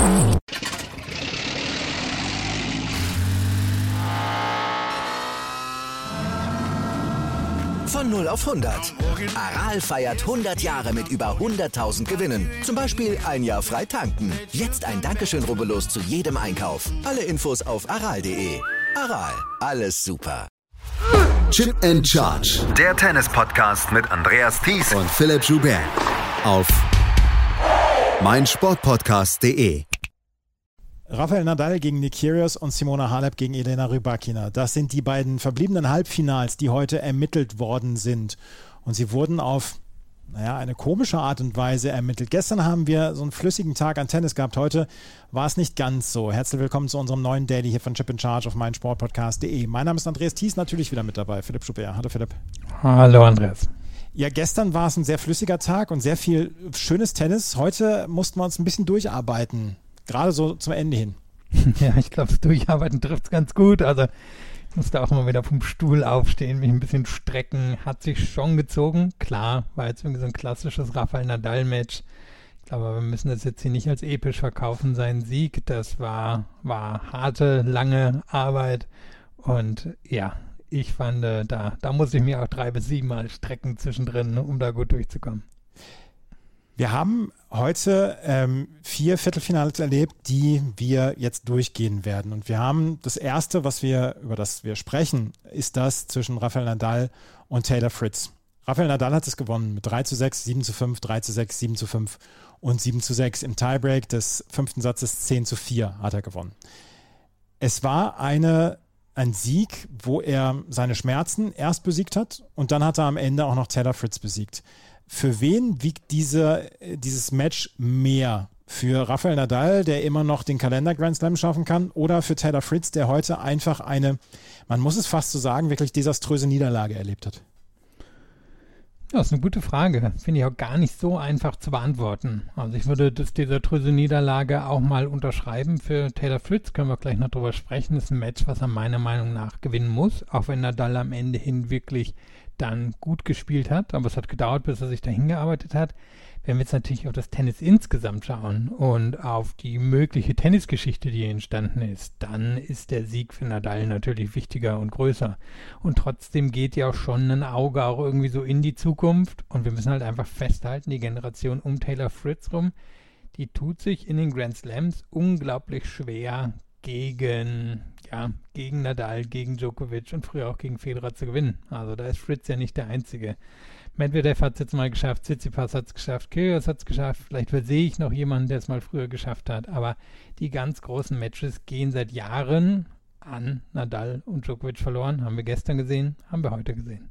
Von 0 auf 100. Aral feiert 100 Jahre mit über 100.000 Gewinnen. Zum Beispiel ein Jahr frei tanken. Jetzt ein Dankeschön, rubbellos zu jedem Einkauf. Alle Infos auf aral.de. Aral, alles super. Chip and Charge. Der Tennis-Podcast mit Andreas Thies und Philipp Joubert. Auf meinsportpodcast.de. Rafael Nadal gegen Nick Kyrgios und Simona Halep gegen Elena Rybakina. Das sind die beiden verbliebenen Halbfinals, die heute ermittelt worden sind. Und sie wurden auf eine komische Art und Weise ermittelt. Gestern haben wir so einen flüssigen Tag an Tennis gehabt. Heute war es nicht ganz so. Herzlich willkommen zu unserem neuen Daily hier von Chip in Charge auf meinsportpodcast.de. Mein Name ist Andreas Thies, natürlich wieder mit dabei. Philipp Joubert. Hallo Philipp. Hallo Andreas. Ja, gestern war es ein sehr flüssiger Tag und sehr viel schönes Tennis. Heute mussten wir uns ein bisschen durcharbeiten. Gerade so zum Ende hin. Ja, ich glaube, das Durcharbeiten trifft es ganz gut. Also ich musste auch mal wieder vom Stuhl aufstehen, mich ein bisschen strecken. Hat sich schon gezogen. Klar, war jetzt irgendwie so ein klassisches Rafael-Nadal-Match. Ich glaube, wir müssen das jetzt hier nicht als episch verkaufen. Sein Sieg, das war harte, lange Arbeit. Und ja, ich fand, da muss ich mir auch 3 bis 7 Mal strecken zwischendrin, um da gut durchzukommen. Wir haben heute 4 Viertelfinals erlebt, die wir jetzt durchgehen werden. Und wir haben das erste, über das wir sprechen, ist das zwischen Rafael Nadal und Taylor Fritz. Rafael Nadal hat es gewonnen mit 3:6, 7:5, 3:6, 7:5 und 7:6. Im Tiebreak des 5. Satzes 10:4 hat er gewonnen. Es war ein Sieg, wo er seine Schmerzen erst besiegt hat und dann hat er am Ende auch noch Taylor Fritz besiegt. Für wen wiegt dieses Match mehr? Für Rafael Nadal, der immer noch den Kalender Grand Slam schaffen kann, oder für Taylor Fritz, der heute einfach man muss es fast so sagen, wirklich desaströse Niederlage erlebt hat? Ja, das ist eine gute Frage. Finde ich auch gar nicht so einfach zu beantworten. Also ich würde das desaströse Niederlage auch mal unterschreiben. Für Taylor Fritz können wir gleich noch drüber sprechen. Das ist ein Match, was er meiner Meinung nach gewinnen muss, auch wenn Nadal am Ende hin wirklich dann gut gespielt hat, aber es hat gedauert, bis er sich dahin gearbeitet hat. Wenn wir jetzt natürlich auf das Tennis insgesamt schauen und auf die mögliche Tennisgeschichte, die entstanden ist, dann ist der Sieg für Nadal natürlich wichtiger und größer. Und trotzdem geht ja auch schon ein Auge auch irgendwie so in die Zukunft und wir müssen halt einfach festhalten, die Generation um Taylor Fritz rum, die tut sich in den Grand Slams unglaublich schwer gegen Nadal, gegen Djokovic und früher auch gegen Federer zu gewinnen. Also da ist Fritz ja nicht der Einzige. Medvedev hat es jetzt mal geschafft, Tsitsipas hat es geschafft, Kyrgios hat es geschafft, vielleicht sehe ich noch jemanden, der es mal früher geschafft hat, aber die ganz großen Matches gehen seit Jahren an Nadal und Djokovic verloren. Haben wir gestern gesehen, haben wir heute gesehen.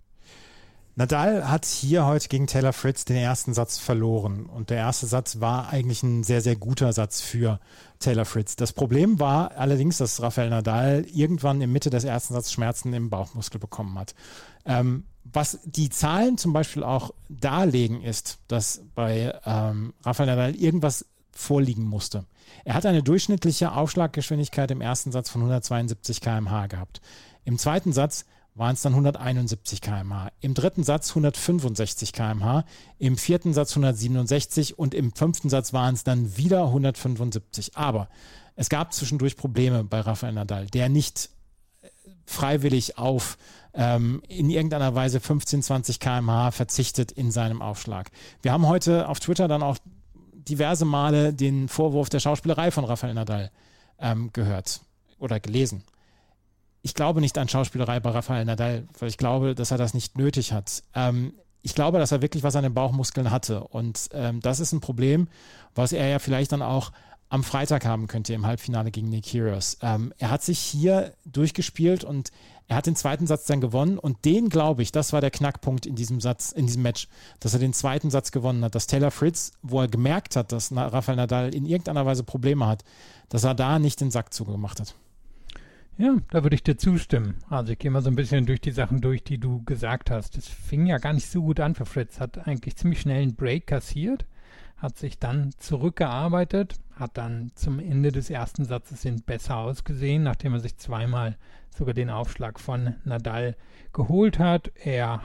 Nadal hat hier heute gegen Taylor Fritz den ersten Satz verloren und der erste Satz war eigentlich ein sehr, sehr guter Satz für Taylor Fritz. Das Problem war allerdings, dass Rafael Nadal irgendwann in Mitte des ersten Satzes Schmerzen im Bauchmuskel bekommen hat. Was die Zahlen zum Beispiel auch darlegen, ist, dass bei Rafael Nadal irgendwas vorliegen musste. Er hat eine durchschnittliche Aufschlaggeschwindigkeit im ersten Satz von 172 km/h gehabt. Im zweiten Satz waren es dann 171 km/h, im dritten Satz 165 km/h, im vierten Satz 167 und im fünften Satz waren es dann wieder 175. Aber es gab zwischendurch Probleme bei Rafael Nadal, der nicht freiwillig auf in irgendeiner Weise 15, 20 km/h verzichtet in seinem Aufschlag. Wir haben heute auf Twitter dann auch diverse Male den Vorwurf der Schauspielerei von Rafael Nadal gehört oder gelesen. Ich glaube nicht an Schauspielerei bei Rafael Nadal, weil ich glaube, dass er das nicht nötig hat. Ich glaube, dass er wirklich was an den Bauchmuskeln hatte und das ist ein Problem, was er ja vielleicht dann auch am Freitag haben könnte im Halbfinale gegen Nick Kyrgios. Er hat sich hier durchgespielt und er hat den zweiten Satz dann gewonnen und den, glaube ich, das war der Knackpunkt in diesem Match, dass er den zweiten Satz gewonnen hat, dass Taylor Fritz, wo er gemerkt hat, dass Rafael Nadal in irgendeiner Weise Probleme hat, dass er da nicht den Sack zugemacht hat. Ja, da würde ich dir zustimmen. Also ich gehe mal so ein bisschen durch die Sachen durch, die du gesagt hast. Es fing ja gar nicht so gut an für Fritz, hat eigentlich ziemlich schnell einen Break kassiert, hat sich dann zurückgearbeitet, hat dann zum Ende des ersten Satzes besser ausgesehen, nachdem er sich zweimal sogar den Aufschlag von Nadal geholt hat. Er hat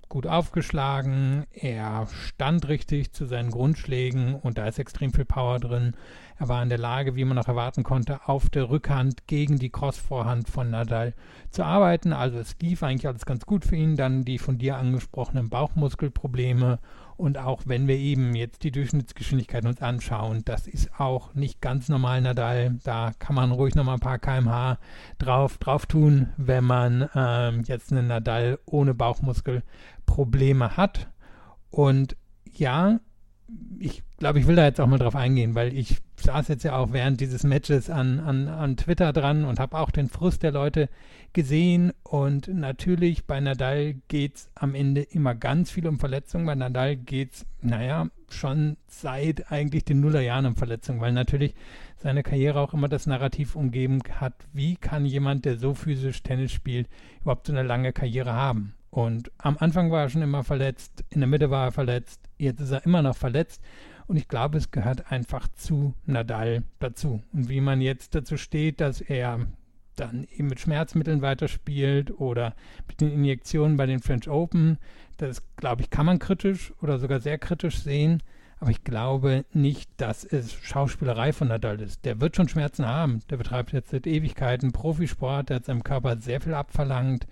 gut aufgeschlagen, er stand richtig zu seinen Grundschlägen und da ist extrem viel Power drin. Er war in der Lage, wie man noch erwarten konnte, auf der Rückhand gegen die Cross-Vorhand von Nadal zu arbeiten. Also es lief eigentlich alles ganz gut für ihn. Dann die von dir angesprochenen Bauchmuskelprobleme und auch wenn wir eben jetzt die Durchschnittsgeschwindigkeit uns anschauen, das ist auch nicht ganz normal Nadal. Da kann man ruhig nochmal ein paar km/h drauf tun, wenn man jetzt einen Nadal ohne Bauchmuskelprobleme hat. Und ja, ich glaube, ich will da jetzt auch mal drauf eingehen, weil ich saß jetzt ja auch während dieses Matches an Twitter dran und habe auch den Frust der Leute gesehen und natürlich bei Nadal geht es am Ende immer ganz viel um Verletzungen. Bei Nadal geht es, schon seit eigentlich den Nullerjahren um Verletzungen, weil natürlich seine Karriere auch immer das Narrativ umgeben hat, wie kann jemand, der so physisch Tennis spielt, überhaupt so eine lange Karriere haben? Und am Anfang war er schon immer verletzt, in der Mitte war er verletzt, jetzt ist er immer noch verletzt. Und ich glaube, es gehört einfach zu Nadal dazu. Und wie man jetzt dazu steht, dass er dann eben mit Schmerzmitteln weiterspielt oder mit den Injektionen bei den French Open, das, glaube ich, kann man kritisch oder sogar sehr kritisch sehen. Aber ich glaube nicht, dass es Schauspielerei von Nadal ist. Der wird schon Schmerzen haben. Der betreibt jetzt seit Ewigkeiten Profisport, der hat seinem Körper sehr viel abverlangt.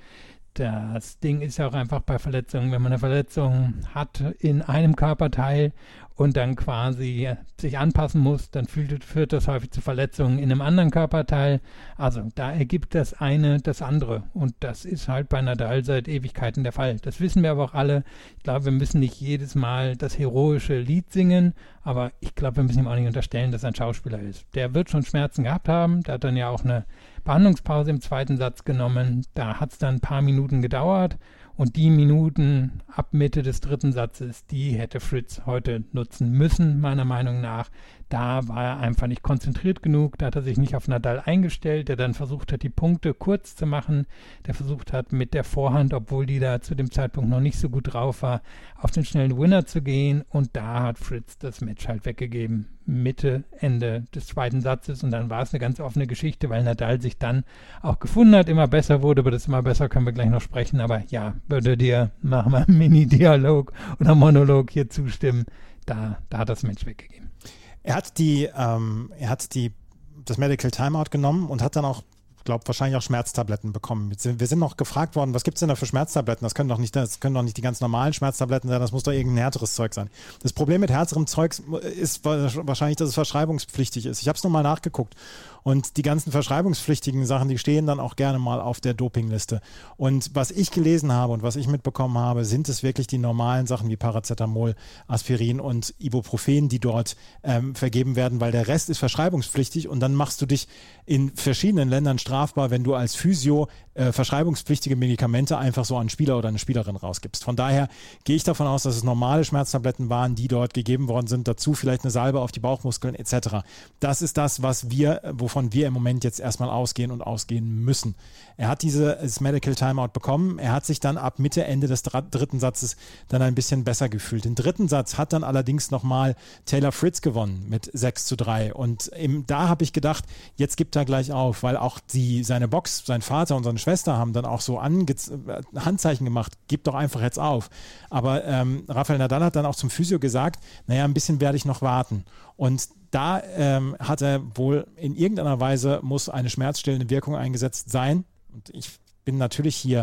Das Ding ist ja auch einfach bei Verletzungen, wenn man eine Verletzung hat in einem Körperteil und dann quasi sich anpassen muss, dann führt das häufig zu Verletzungen in einem anderen Körperteil. Also da ergibt das eine das andere und das ist halt bei Nadal seit Ewigkeiten der Fall. Das wissen wir aber auch alle. Ich glaube, wir müssen nicht jedes Mal das heroische Lied singen, aber ich glaube, wir müssen ihm auch nicht unterstellen, dass er ein Schauspieler ist. Der wird schon Schmerzen gehabt haben, der hat dann ja auch eine Behandlungspause im zweiten Satz genommen. Da hat es dann ein paar Minuten gedauert und die Minuten ab Mitte des dritten Satzes, die hätte Fritz heute nutzen müssen, meiner Meinung nach. Da war er einfach nicht konzentriert genug, da hat er sich nicht auf Nadal eingestellt, der dann versucht hat, die Punkte kurz zu machen, der versucht hat, mit der Vorhand, obwohl die da zu dem Zeitpunkt noch nicht so gut drauf war, auf den schnellen Winner zu gehen und da hat Fritz das Match halt weggegeben. Mitte, Ende des zweiten Satzes und dann war es eine ganz offene Geschichte, weil Nadal sich dann auch gefunden hat, immer besser wurde, über das immer besser können wir gleich noch sprechen, aber ja, würde dir nach meinem Mini-Dialog oder Monolog hier zustimmen, da hat das Match weggegeben. Er hat das Medical Timeout genommen und hat dann auch, glaube wahrscheinlich auch Schmerztabletten bekommen. Wir sind noch gefragt worden, was gibt es denn da für Schmerztabletten? Das können doch nicht die ganz normalen Schmerztabletten sein, das muss doch irgendein härteres Zeug sein. Das Problem mit härterem Zeug ist wahrscheinlich, dass es verschreibungspflichtig ist. Ich habe es nochmal nachgeguckt und die ganzen verschreibungspflichtigen Sachen, die stehen dann auch gerne mal auf der Dopingliste. Und was ich gelesen habe und was ich mitbekommen habe, sind es wirklich die normalen Sachen wie Paracetamol, Aspirin und Ibuprofen, die dort vergeben werden, weil der Rest ist verschreibungspflichtig und dann machst du dich in verschiedenen Ländern strafbar, wenn du als Physio verschreibungspflichtige Medikamente einfach so an einen Spieler oder eine Spielerin rausgibst. Von daher gehe ich davon aus, dass es normale Schmerztabletten waren, die dort gegeben worden sind, dazu vielleicht eine Salbe auf die Bauchmuskeln etc. Das ist das, wovon wir im Moment jetzt erstmal ausgehen und ausgehen müssen. Er hat dieses Medical Timeout bekommen, er hat sich dann ab Mitte, Ende des dritten Satzes dann ein bisschen besser gefühlt. Den dritten Satz hat dann allerdings nochmal Taylor Fritz gewonnen mit 6:3 und da habe ich gedacht, jetzt gibt er gleich auf, weil auch seine Box, sein Vater und seine Schwester haben dann auch so Handzeichen gemacht, gib doch einfach jetzt auf. Aber Rafael Nadal hat dann auch zum Physio gesagt, naja, ein bisschen werde ich noch warten. Und da hat er wohl in irgendeiner Weise, muss eine schmerzstillende Wirkung eingesetzt sein. Und ich bin natürlich hier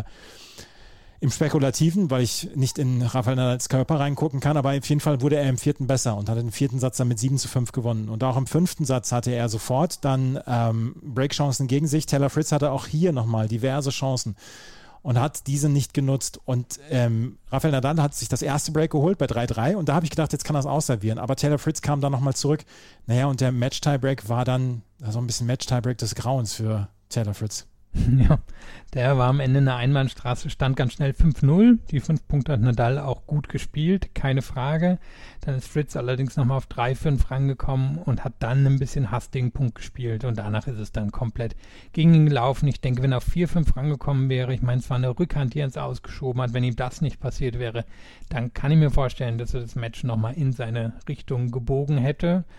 im Spekulativen, weil ich nicht in Rafael Nadals Körper reingucken kann, aber auf jeden Fall wurde er im vierten besser und hatte den vierten Satz dann mit 7:5 gewonnen. Und auch im fünften Satz hatte er sofort dann Breakchancen gegen sich. Taylor Fritz hatte auch hier nochmal diverse Chancen und hat diese nicht genutzt. Und Rafael Nadal hat sich das erste Break geholt bei 3:3 und da habe ich gedacht, jetzt kann er es ausservieren. Aber Taylor Fritz kam dann nochmal zurück. Naja, und der Match-Tiebreak war dann so ein bisschen Match-Tiebreak des Grauens für Taylor Fritz. Ja, der war am Ende eine Einbahnstraße, stand ganz schnell 5:0. Die 5 Punkte hat Nadal auch gut gespielt, keine Frage. Dann ist Fritz allerdings nochmal auf 3:5 rangekommen und hat dann ein bisschen hastigen Punkt gespielt und danach ist es dann komplett gegen ihn gelaufen. Ich denke, wenn er auf 4:5 rangekommen wäre, ich meine, es war eine Rückhand, die er ins Ausgeschoben hat, wenn ihm das nicht passiert wäre, dann kann ich mir vorstellen, dass er das Match nochmal in seine Richtung gebogen hätte.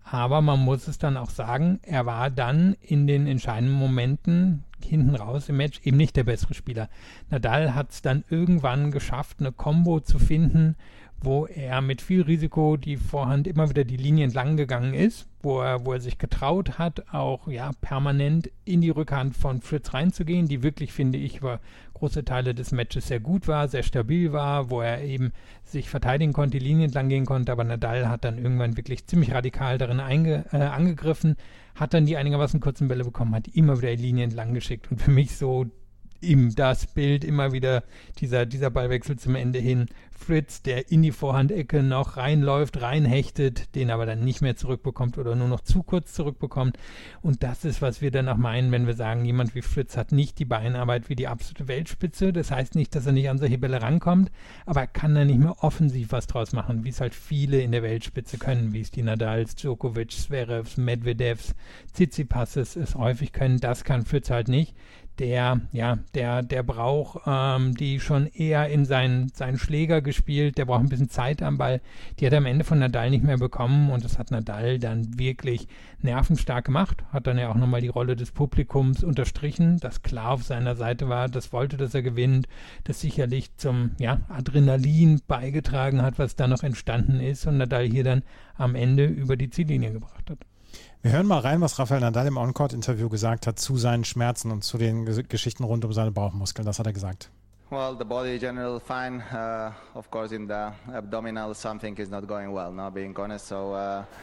Aber man muss es dann auch sagen, er war dann in den entscheidenden Momenten hinten raus im Match eben nicht der bessere Spieler. Nadal hat es dann irgendwann geschafft, eine Combo zu finden, wo er mit viel Risiko die Vorhand immer wieder die Linie entlang gegangen ist, wo er sich getraut hat, auch permanent in die Rückhand von Fritz reinzugehen, die wirklich, finde ich, über große Teile des Matches sehr gut war, sehr stabil war, wo er eben sich verteidigen konnte, die Linie entlang gehen konnte, aber Nadal hat dann irgendwann wirklich ziemlich radikal darin angegriffen, hat dann die einigermaßen kurzen Bälle bekommen, hat immer wieder die Linie entlang geschickt und für mich so ihm das Bild immer wieder, dieser Ballwechsel zum Ende hin. Fritz, der in die Vorhandecke noch reinläuft, reinhechtet, den aber dann nicht mehr zurückbekommt oder nur noch zu kurz zurückbekommt. Und das ist, was wir dann auch meinen, wenn wir sagen, jemand wie Fritz hat nicht die Beinarbeit wie die absolute Weltspitze. Das heißt nicht, dass er nicht an solche Bälle rankommt, aber er kann da nicht mehr offensiv was draus machen, wie es halt viele in der Weltspitze können, wie es die Nadals, Djokovic, Zverevs, Medvedevs, Tsitsipasses es häufig können. Das kann Fritz halt nicht. Der braucht die schon eher in seinen Schläger gespielt, der braucht ein bisschen Zeit am Ball. Die hat er am Ende von Nadal nicht mehr bekommen und das hat Nadal dann wirklich nervenstark gemacht. Hat dann ja auch nochmal die Rolle des Publikums unterstrichen, das klar auf seiner Seite war, das wollte, dass er gewinnt, das sicherlich zum Adrenalin beigetragen hat, was da noch entstanden ist und Nadal hier dann am Ende über die Ziellinie gebracht hat. Wir hören mal rein, was Rafael Nadal im On-Court-Interview gesagt hat zu seinen Schmerzen und zu den Geschichten rund um seine Bauchmuskeln. Das hat er gesagt. Well, the body in general fine. Of course, in the abdominal, something is not going well. Now, being honest, so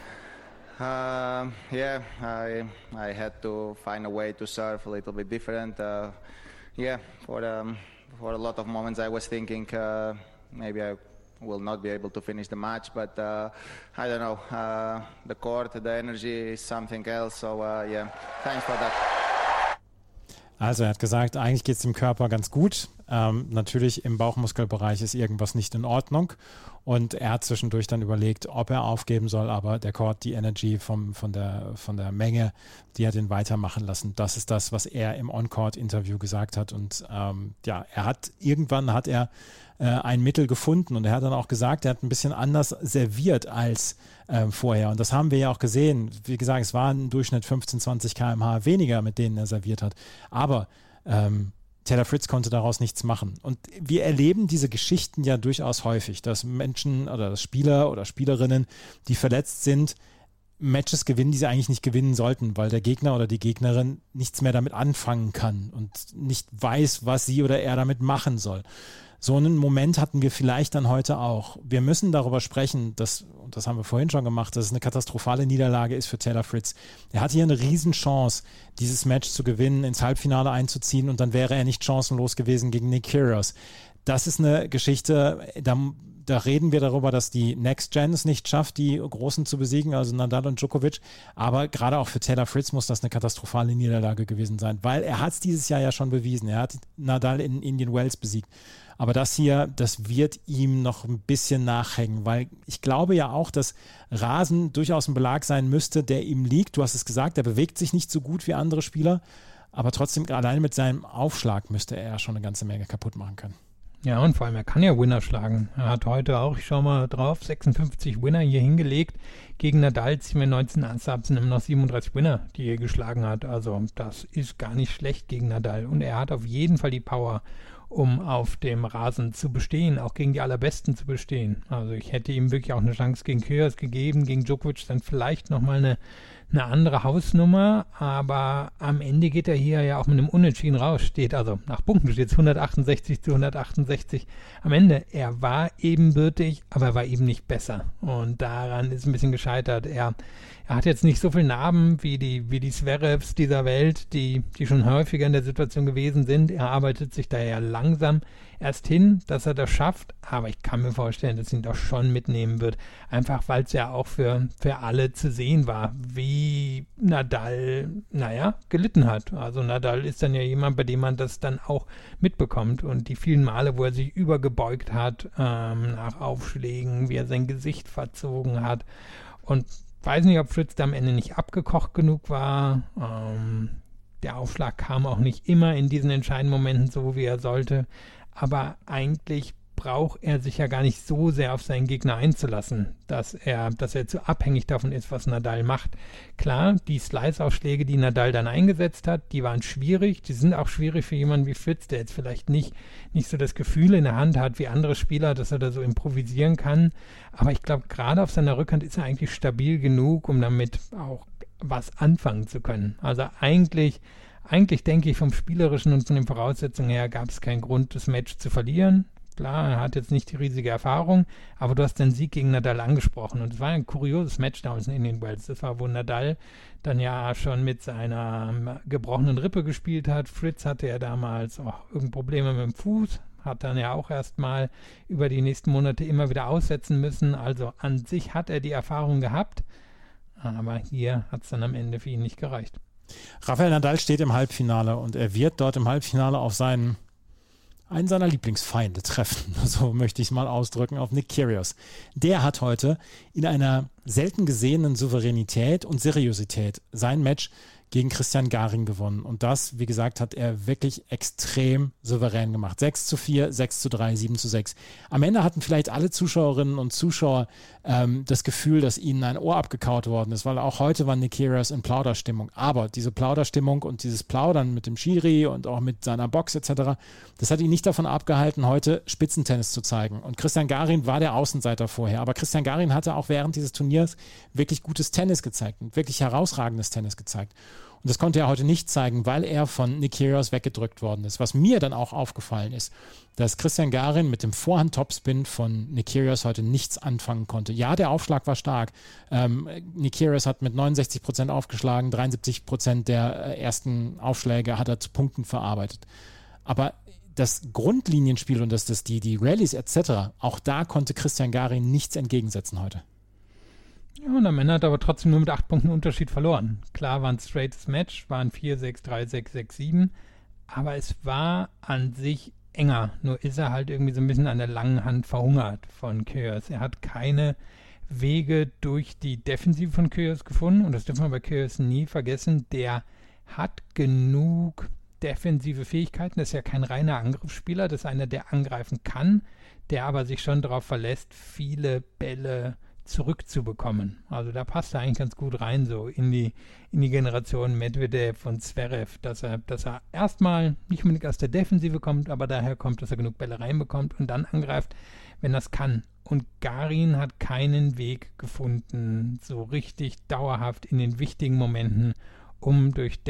I had to find a way to serve a little bit different. For a lot of moments, I was thinking maybe I will not be able to finish the match, but I don't know. The court, the energy is something else. So thanks for that. Also er hat gesagt, eigentlich geht es dem Körper ganz gut. Natürlich im Bauchmuskelbereich ist irgendwas nicht in Ordnung. Und er hat zwischendurch dann überlegt, ob er aufgeben soll, aber der Court, die Energy von der Menge, die hat ihn weitermachen lassen. Das ist das, was er im On-Court-Interview gesagt hat. Und irgendwann hat er ein Mittel gefunden und er hat dann auch gesagt, er hat ein bisschen anders serviert als vorher. Und das haben wir ja auch gesehen. Wie gesagt, es waren im Durchschnitt 15, 20 km/h weniger, mit denen er serviert hat. Aber Taylor Fritz konnte daraus nichts machen. Und wir erleben diese Geschichten ja durchaus häufig, dass Menschen oder dass Spieler oder Spielerinnen, die verletzt sind, Matches gewinnen, die sie eigentlich nicht gewinnen sollten, weil der Gegner oder die Gegnerin nichts mehr damit anfangen kann und nicht weiß, was sie oder er damit machen soll. So einen Moment hatten wir vielleicht dann heute auch. Wir müssen darüber sprechen, und das haben wir vorhin schon gemacht, dass es eine katastrophale Niederlage ist für Taylor Fritz. Er hatte hier eine Riesenchance, dieses Match zu gewinnen, ins Halbfinale einzuziehen und dann wäre er nicht chancenlos gewesen gegen Nick Kyrgios. Das ist eine Geschichte, da reden wir darüber, dass die Next Gen es nicht schafft, die Großen zu besiegen, also Nadal und Djokovic. Aber gerade auch für Taylor Fritz muss das eine katastrophale Niederlage gewesen sein, weil er hat es dieses Jahr ja schon bewiesen. Er hat Nadal in Indian Wells besiegt. Aber das hier, das wird ihm noch ein bisschen nachhängen, weil ich glaube ja auch, dass Rasen durchaus ein Belag sein müsste, der ihm liegt. Du hast es gesagt, er bewegt sich nicht so gut wie andere Spieler, aber trotzdem allein mit seinem Aufschlag müsste er ja schon eine ganze Menge kaputt machen können. Ja, und vor allem, er kann ja Winner schlagen. Er hat heute auch, ich schau mal drauf, 56 Winner hier hingelegt. Gegen Nadal ziehen wir 19 Subs, immer noch 37 Winner, die er geschlagen hat. Also das ist gar nicht schlecht gegen Nadal. Und er hat auf jeden Fall die Power, um auf dem Rasen zu bestehen, auch gegen die Allerbesten zu bestehen. Also ich hätte ihm wirklich auch eine Chance gegen Kyrgios gegeben, gegen Djokovic dann vielleicht nochmal eine andere Hausnummer, aber am Ende geht er hier ja auch mit einem Unentschieden raus, steht also nach Punkten steht es 168-168 am Ende. Er war ebenbürtig, aber er war eben nicht besser und daran ist ein bisschen gescheitert. Er hat jetzt nicht so viele Narben wie die Zverevs dieser Welt, die schon häufiger in der Situation gewesen sind. Er arbeitet sich da ja langsam erst hin, dass er das schafft, aber ich kann mir vorstellen, dass ihn doch schon mitnehmen wird, einfach weil es ja auch für alle zu sehen war, wie Nadal, gelitten hat. Also Nadal ist dann ja jemand, bei dem man das dann auch mitbekommt und die vielen Male, wo er sich übergebeugt hat nach Aufschlägen, wie er sein Gesicht verzogen hat und weiß nicht, ob Fritz da am Ende nicht abgekocht genug war. Der Aufschlag kam auch nicht immer in diesen entscheidenden Momenten so, wie er sollte. Aber eigentlich braucht er sich ja gar nicht so sehr auf seinen Gegner einzulassen, dass er zu abhängig davon ist, was Nadal macht. Klar, die Slice-Aufschläge, die Nadal dann eingesetzt hat, die waren schwierig. Die sind auch schwierig für jemanden wie Fritz, der jetzt vielleicht nicht so das Gefühl in der Hand hat wie andere Spieler, dass er da so improvisieren kann. Aber ich glaube, gerade auf seiner Rückhand ist er eigentlich stabil genug, um damit auch was anfangen zu können. Also eigentlich denke ich, vom Spielerischen und von den Voraussetzungen her gab es keinen Grund, das Match zu verlieren. Klar, er hat jetzt nicht die riesige Erfahrung, aber du hast den Sieg gegen Nadal angesprochen und es war ein kurioses Match damals in Indian Wells. Das war, wo Nadal dann ja schon mit seiner gebrochenen Rippe gespielt hat. Fritz hatte ja damals auch irgendeine Probleme mit dem Fuß, hat dann ja auch erstmal über die nächsten Monate immer wieder aussetzen müssen. Also an sich hat er die Erfahrung gehabt, aber hier hat es dann am Ende für ihn nicht gereicht. Rafael Nadal steht im Halbfinale und er wird dort im Halbfinale auf einen seiner Lieblingsfeinde treffen, so möchte ich es mal ausdrücken, auf Nick Kyrgios. Der hat heute in einer selten gesehenen Souveränität und Seriosität sein Match gegen Christian Garin gewonnen. Und das, wie gesagt, hat er wirklich extrem souverän gemacht. 6:4, 6:3, 7:6. Am Ende hatten vielleicht alle Zuschauerinnen und Zuschauer das Gefühl, dass ihnen ein Ohr abgekaut worden ist, weil auch heute war Nick Kyrgios in Plauderstimmung. Aber diese Plauderstimmung und dieses Plaudern mit dem Schiri und auch mit seiner Box etc., das hat ihn nicht davon abgehalten, heute Spitzentennis zu zeigen. Und Christian Garin war der Außenseiter vorher. Aber Christian Garin hatte auch während dieses Turniers wirklich gutes Tennis gezeigt und wirklich herausragendes Tennis gezeigt. Und das konnte er heute nicht zeigen, weil er von Nick Kyrgios weggedrückt worden ist. Was mir dann auch aufgefallen ist, dass Christian Garin mit dem Vorhand-Topspin von Nick Kyrgios heute nichts anfangen konnte. Ja, der Aufschlag war stark. Nick Kyrgios hat mit 69% aufgeschlagen, 73% der ersten Aufschläge hat er zu Punkten verarbeitet. Aber das Grundlinienspiel und die Rallyes etc., auch da konnte Christian Garin nichts entgegensetzen heute. Ja, und am Ende hat er aber trotzdem nur mit 8 Punkten Unterschied verloren. Klar war ein straightes Match, waren 4-6, 3-6, 6-7, aber es war an sich enger. Nur ist er halt irgendwie so ein bisschen an der langen Hand verhungert von Kyrgios. Er hat keine Wege durch die Defensive von Kyrgios gefunden und das dürfen wir bei Kyrgios nie vergessen. Der hat genug defensive Fähigkeiten. Das ist ja kein reiner Angriffsspieler. Das ist einer, der angreifen kann, der aber sich schon darauf verlässt, viele Bälle zurückzubekommen. Also da passt er eigentlich ganz gut rein, so in die Generation Medvedev und Zverev, dass er erstmal nicht unbedingt aus der Defensive kommt, aber daher kommt, dass er genug Bälle reinbekommt und dann angreift, wenn das kann. Und Garin hat keinen Weg gefunden, so richtig dauerhaft in den wichtigen Momenten, durch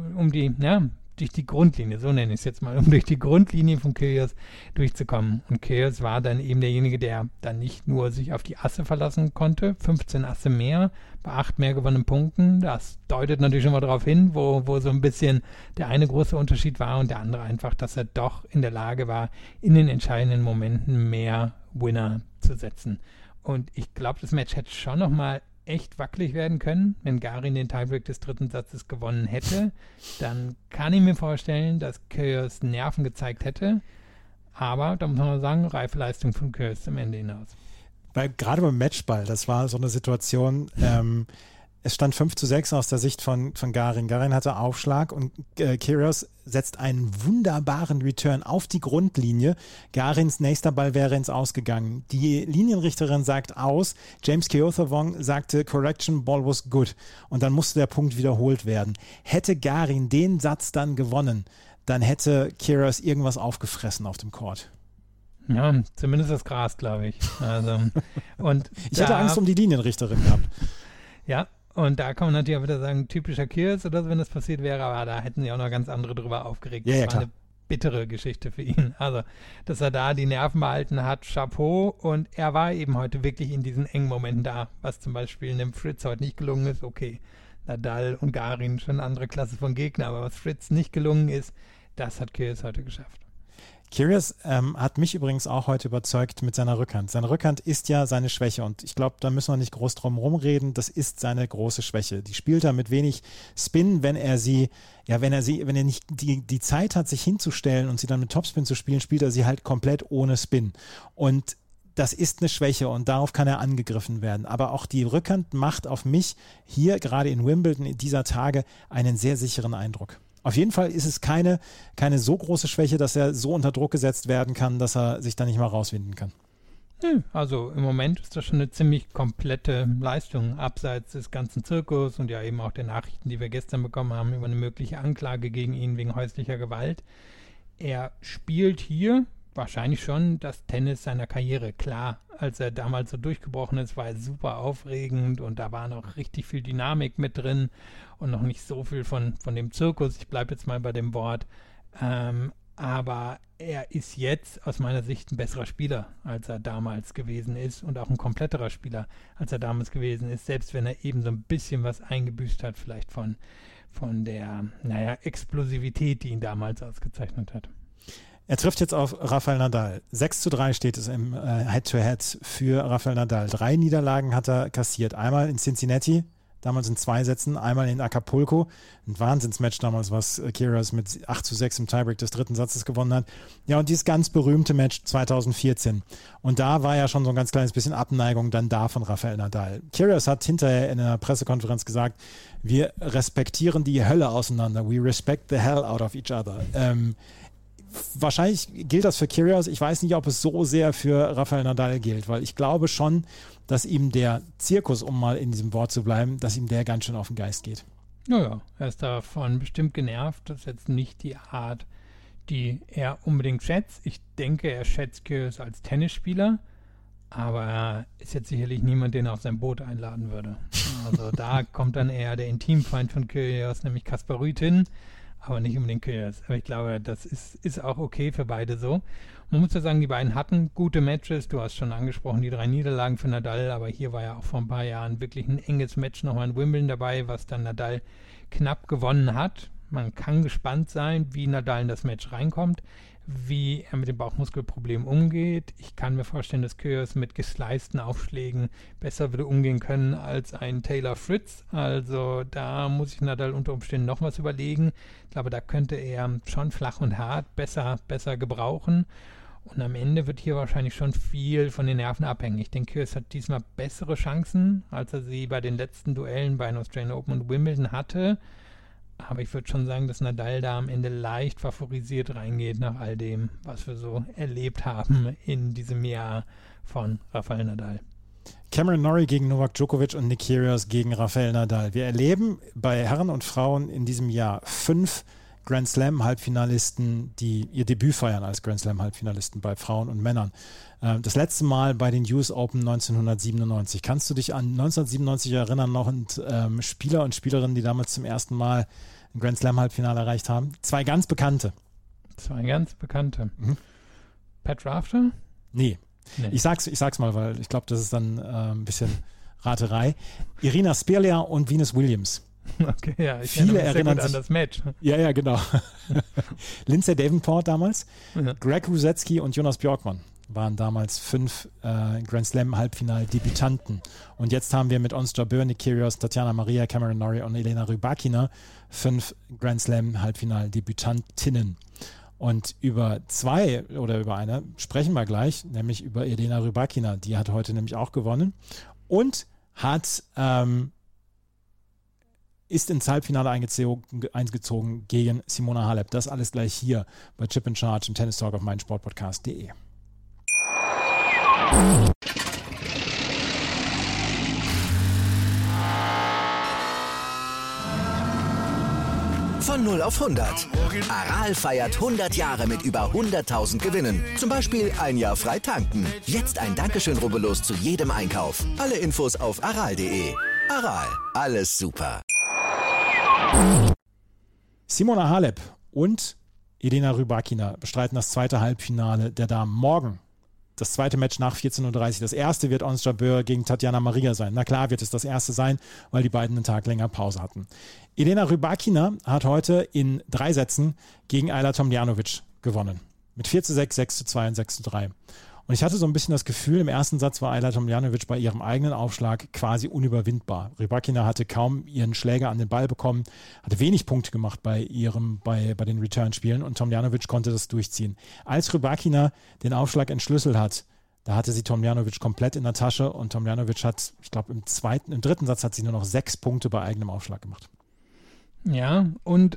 die Grundlinie, so nenne ich es jetzt mal, um durch die Grundlinie von Kyrgios durchzukommen. Und Kyrgios war dann eben derjenige, der dann nicht nur sich auf die Asse verlassen konnte, 15 Asse mehr, bei 8 mehr gewonnenen Punkten. Das deutet natürlich schon mal darauf hin, wo so ein bisschen der eine große Unterschied war und der andere einfach, dass er doch in der Lage war, in den entscheidenden Momenten mehr Winner zu setzen. Und ich glaube, das Match hätte schon nochmal echt wackelig werden können, wenn Garin den Tiebreak des dritten Satzes gewonnen hätte. Dann kann ich mir vorstellen, dass Kyrgios Nerven gezeigt hätte. Aber da muss man sagen, reife Leistung von Kyrgios zum Ende hinaus. Gerade beim Matchball, das war so eine Situation, es stand 5:6 aus der Sicht von Garin. Garin hatte Aufschlag und Kyrgios setzt einen wunderbaren Return auf die Grundlinie. Garins nächster Ball wäre ins Ausgegangen. Die Linienrichterin sagt aus. James Keothavong sagte, Correction, Ball was good. Und dann musste der Punkt wiederholt werden. Hätte Garin den Satz dann gewonnen, dann hätte Kyrgios irgendwas aufgefressen auf dem Court. Ja, zumindest das Gras, glaube ich. Also, und ich hatte Angst um die Linienrichterin gehabt. Ja, und da kann man natürlich auch wieder sagen, typischer Kyrgios oder so, wenn das passiert wäre, aber da hätten sie auch noch ganz andere drüber aufgeregt. Ja, das war klar. eine bittere Geschichte für ihn. Also, dass er da die Nerven behalten hat, Chapeau. Und er war eben heute wirklich in diesen engen Momenten da, was zum Beispiel einem Fritz heute nicht gelungen ist. Okay, Nadal und Garin schon eine andere Klasse von Gegner, aber was Fritz nicht gelungen ist, das hat Kyrgios heute geschafft. Kyrgios hat mich übrigens auch heute überzeugt mit seiner Rückhand. Seine Rückhand ist ja seine Schwäche und ich glaube, da müssen wir nicht groß drum rumreden. Das ist seine große Schwäche. Die spielt er mit wenig Spin, wenn er nicht die Zeit hat, sich hinzustellen und sie dann mit Topspin zu spielen, spielt er sie halt komplett ohne Spin. Und das ist eine Schwäche und darauf kann er angegriffen werden. Aber auch die Rückhand macht auf mich hier gerade in Wimbledon in dieser Tage einen sehr sicheren Eindruck. Auf jeden Fall ist es keine so große Schwäche, dass er so unter Druck gesetzt werden kann, dass er sich da nicht mal rauswinden kann. Also im Moment ist das schon eine ziemlich komplette Leistung, abseits des ganzen Zirkus und ja eben auch der Nachrichten, die wir gestern bekommen haben über eine mögliche Anklage gegen ihn wegen häuslicher Gewalt. Er spielt hier wahrscheinlich schon das Tennis seiner Karriere. Klar, als er damals so durchgebrochen ist, war er super aufregend und da war noch richtig viel Dynamik mit drin und noch nicht so viel von dem Zirkus. Ich bleibe jetzt mal bei dem Wort. Aber er ist jetzt aus meiner Sicht ein besserer Spieler, als er damals gewesen ist und auch ein kompletterer Spieler, als er damals gewesen ist, selbst wenn er eben so ein bisschen was eingebüßt hat, vielleicht von der, Explosivität, die ihn damals ausgezeichnet hat. Er trifft jetzt auf Rafael Nadal. 6:3 steht es im Head-to-Head für Rafael Nadal. 3 Niederlagen hat er kassiert. Einmal in Cincinnati, damals in 2 Sätzen, einmal in Acapulco. Ein Wahnsinnsmatch damals, was Kyrgios mit 8:6 im Tiebreak des 3. Satzes gewonnen hat. Ja, und dieses ganz berühmte Match 2014. Und da war ja schon so ein ganz kleines bisschen Abneigung dann da von Rafael Nadal. Kyrgios hat hinterher in einer Pressekonferenz gesagt, wir respektieren die Hölle auseinander. We respect the hell out of each other. Wahrscheinlich gilt das für Kyrgios. Ich weiß nicht, ob es so sehr für Rafael Nadal gilt, weil ich glaube schon, dass ihm der Zirkus, um mal in diesem Wort zu bleiben, dass ihm der ganz schön auf den Geist geht. Ja, er ist davon bestimmt genervt. Das ist jetzt nicht die Art, die er unbedingt schätzt. Ich denke, er schätzt Kyrgios als Tennisspieler, aber er ist jetzt sicherlich niemand, den er auf sein Boot einladen würde. Also da kommt dann eher der Intimfeind von Kyrgios, nämlich Kaspar Ruud hin, aber nicht unbedingt Kyrgios. Aber ich glaube, das ist auch okay für beide so. Man muss ja sagen, die beiden hatten gute Matches. Du hast schon angesprochen, die 3 Niederlagen für Nadal, aber hier war ja auch vor ein paar Jahren wirklich ein enges Match nochmal in Wimbledon dabei, was dann Nadal knapp gewonnen hat. Man kann gespannt sein, wie Nadal in das Match reinkommt, wie er mit dem Bauchmuskelproblem umgeht. Ich kann mir vorstellen, dass Kyrgios mit gesliceden Aufschlägen besser würde umgehen können als ein Taylor Fritz. Also da muss sich Nadal unter Umständen noch was überlegen. Ich glaube, da könnte er schon flach und hart besser gebrauchen. Und am Ende wird hier wahrscheinlich schon viel von den Nerven abhängen. Ich denke, Kyrgios hat diesmal bessere Chancen, als er sie bei den letzten Duellen bei den Australian Open und Wimbledon hatte. Aber ich würde schon sagen, dass Nadal da am Ende leicht favorisiert reingeht nach all dem, was wir so erlebt haben in diesem Jahr von Rafael Nadal. Cameron Norrie gegen Novak Djokovic und Nick Kyrgios gegen Rafael Nadal. Wir erleben bei Herren und Frauen in diesem Jahr 5 Grand Slam-Halbfinalisten, die ihr Debüt feiern als Grand Slam-Halbfinalisten bei Frauen und Männern. Das letzte Mal bei den US Open 1997. Kannst du dich an 1997 erinnern noch und Spieler und Spielerinnen, die damals zum ersten Mal ein Grand Slam-Halbfinale erreicht haben? 2 ganz bekannte. Mhm. Pat Rafter? Nee. Ich sag's mal, weil ich glaube, das ist dann ein bisschen Raterei. Irina Spirlia und Venus Williams. Okay, ja, ich Viele erinnern sich an das Match. Ja, genau. Lindsay Davenport damals, ja. Greg Rusedski und Jonas Björkman waren damals 5 Grand Slam Halbfinal-Debütanten. Und jetzt haben wir mit Ons Jabeur, Nick Kyrgios, Tatjana Maria, Cameron Norrie und Elena Rybakina 5 Grand Slam Halbfinal-Debütantinnen. Und über 2 oder über eine sprechen wir gleich, nämlich über Elena Rybakina. Die hat heute nämlich auch gewonnen und hat ist ins Halbfinale eingezogen gegen Simona Halep. Das alles gleich hier bei Chip in Charge im Tennis Talk auf meinsportpodcast.de. Von 0 auf 100. Aral feiert 100 Jahre mit über 100.000 Gewinnen. Zum Beispiel ein Jahr frei tanken. Jetzt ein Dankeschön, rubbellos zu jedem Einkauf. Alle Infos auf aral.de. Aral, alles super. Simona Halep und Elena Rybakina bestreiten das zweite Halbfinale der Damen morgen. Das zweite Match nach 14:30 Uhr. Das erste wird Ons Jabeur gegen Tatjana Maria sein. Na klar wird es das erste sein, weil die beiden einen Tag länger Pause hatten. Elena Rybakina hat heute in 3 Sätzen gegen Ajla Tomljanovic gewonnen. Mit 4:6, 6:2 und 6:3. Und ich hatte so ein bisschen das Gefühl, im ersten Satz war Ajla Tomljanovic bei ihrem eigenen Aufschlag quasi unüberwindbar. Rybakina hatte kaum ihren Schläger an den Ball bekommen, hatte wenig Punkte gemacht bei den Return-Spielen und Tomljanovic konnte das durchziehen. Als Rybakina den Aufschlag entschlüsselt hat, da hatte sie Tomljanovic komplett in der Tasche und Tomljanovic hat, ich glaube im 3. Satz hat sie nur noch 6 Punkte bei eigenem Aufschlag gemacht. Ja, und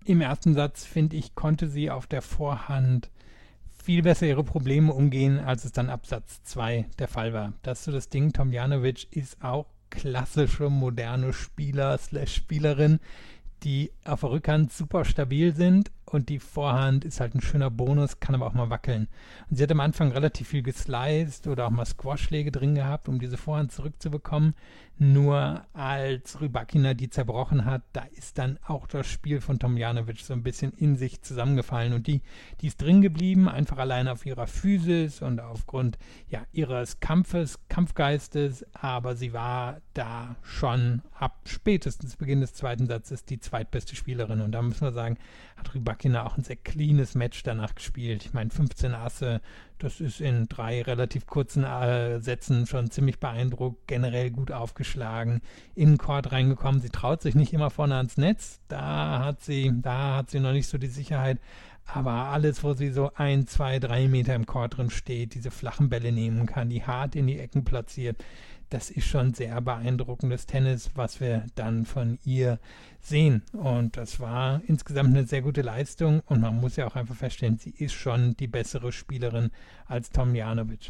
Im ersten Satz, finde ich, konnte sie auf der Vorhand viel besser ihre Probleme umgehen, als es dann ab Satz 2 der Fall war. Das ist so das Ding, Tomljanovic ist auch klassische, moderne Spieler/Spielerin, die auf der Rückhand super stabil sind und die Vorhand ist halt ein schöner Bonus, kann aber auch mal wackeln. Und sie hat am Anfang relativ viel gesliced oder auch mal Squash-Schläge drin gehabt, um diese Vorhand zurückzubekommen. Nur als Rybakina die zerbrochen hat, da ist dann auch das Spiel von Tomljanovic so ein bisschen in sich zusammengefallen und die ist drin geblieben, einfach allein auf ihrer Physis und aufgrund ihres Kampfgeistes, aber sie war da schon ab spätestens Beginn des zweiten Satzes die zweitbeste Spielerin und da müssen wir sagen, hat Rybakina auch ein sehr cleanes Match danach gespielt. Ich meine, 15 Asse, das ist in 3 relativ kurzen Sätzen schon ziemlich beeindruckt, generell gut aufgeschlagen, in den Court reingekommen. Sie traut sich nicht immer vorne ans Netz, da hat sie noch nicht so die Sicherheit, aber alles, wo sie so 1, 2, 3 Meter im Court drin steht, diese flachen Bälle nehmen kann, die hart in die Ecken platziert, das ist schon sehr beeindruckendes Tennis, was wir dann von ihr sehen. Und das war insgesamt eine sehr gute Leistung. Und man muss ja auch einfach feststellen, sie ist schon die bessere Spielerin als Tomljanovic.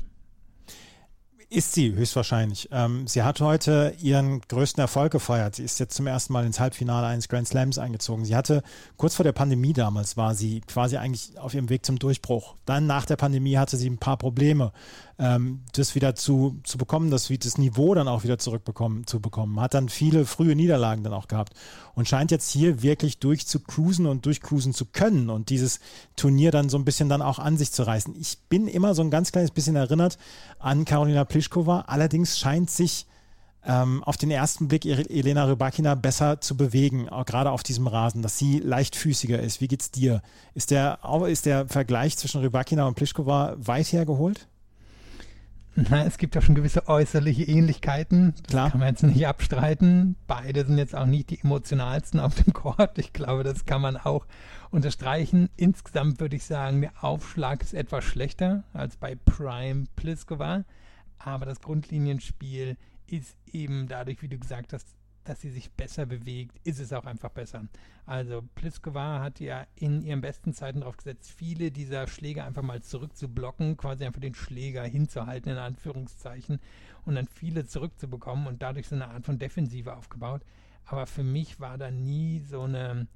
Ist sie höchstwahrscheinlich. Sie hat heute ihren größten Erfolg gefeiert. Sie ist jetzt zum ersten Mal ins Halbfinale eines Grand Slams eingezogen. Sie hatte, kurz vor der Pandemie damals, war sie quasi eigentlich auf ihrem Weg zum Durchbruch. Dann nach der Pandemie hatte sie ein paar Probleme, das wieder zu bekommen, das Niveau dann auch wieder zu bekommen. Hat dann viele frühe Niederlagen dann auch gehabt und scheint jetzt hier wirklich durchcruisen zu können und dieses Turnier dann so ein bisschen dann auch an sich zu reißen. Ich bin immer so ein ganz kleines bisschen erinnert an Karolina Pliskova, allerdings scheint sich auf den ersten Blick Elena Rybakina besser zu bewegen, auch gerade auf diesem Rasen, dass sie leichtfüßiger ist. Wie geht's dir? Ist der Vergleich zwischen Rybakina und Pliskova weit hergeholt? Na, es gibt ja schon gewisse äußerliche Ähnlichkeiten. Das Klar. Kann man jetzt nicht abstreiten. Beide sind jetzt auch nicht die emotionalsten auf dem Court. Ich glaube, das kann man auch unterstreichen. Insgesamt würde ich sagen, der Aufschlag ist etwas schlechter als bei Prime Pliskova. Aber das Grundlinienspiel ist eben dadurch, wie du gesagt hast, dass sie sich besser bewegt, ist es auch einfach besser. Also Pliskova hat ja in ihren besten Zeiten darauf gesetzt, viele dieser Schläge einfach mal zurückzublocken, quasi einfach den Schläger hinzuhalten, in Anführungszeichen, und dann viele zurückzubekommen und dadurch so eine Art von Defensive aufgebaut. Aber für mich war da nie so eine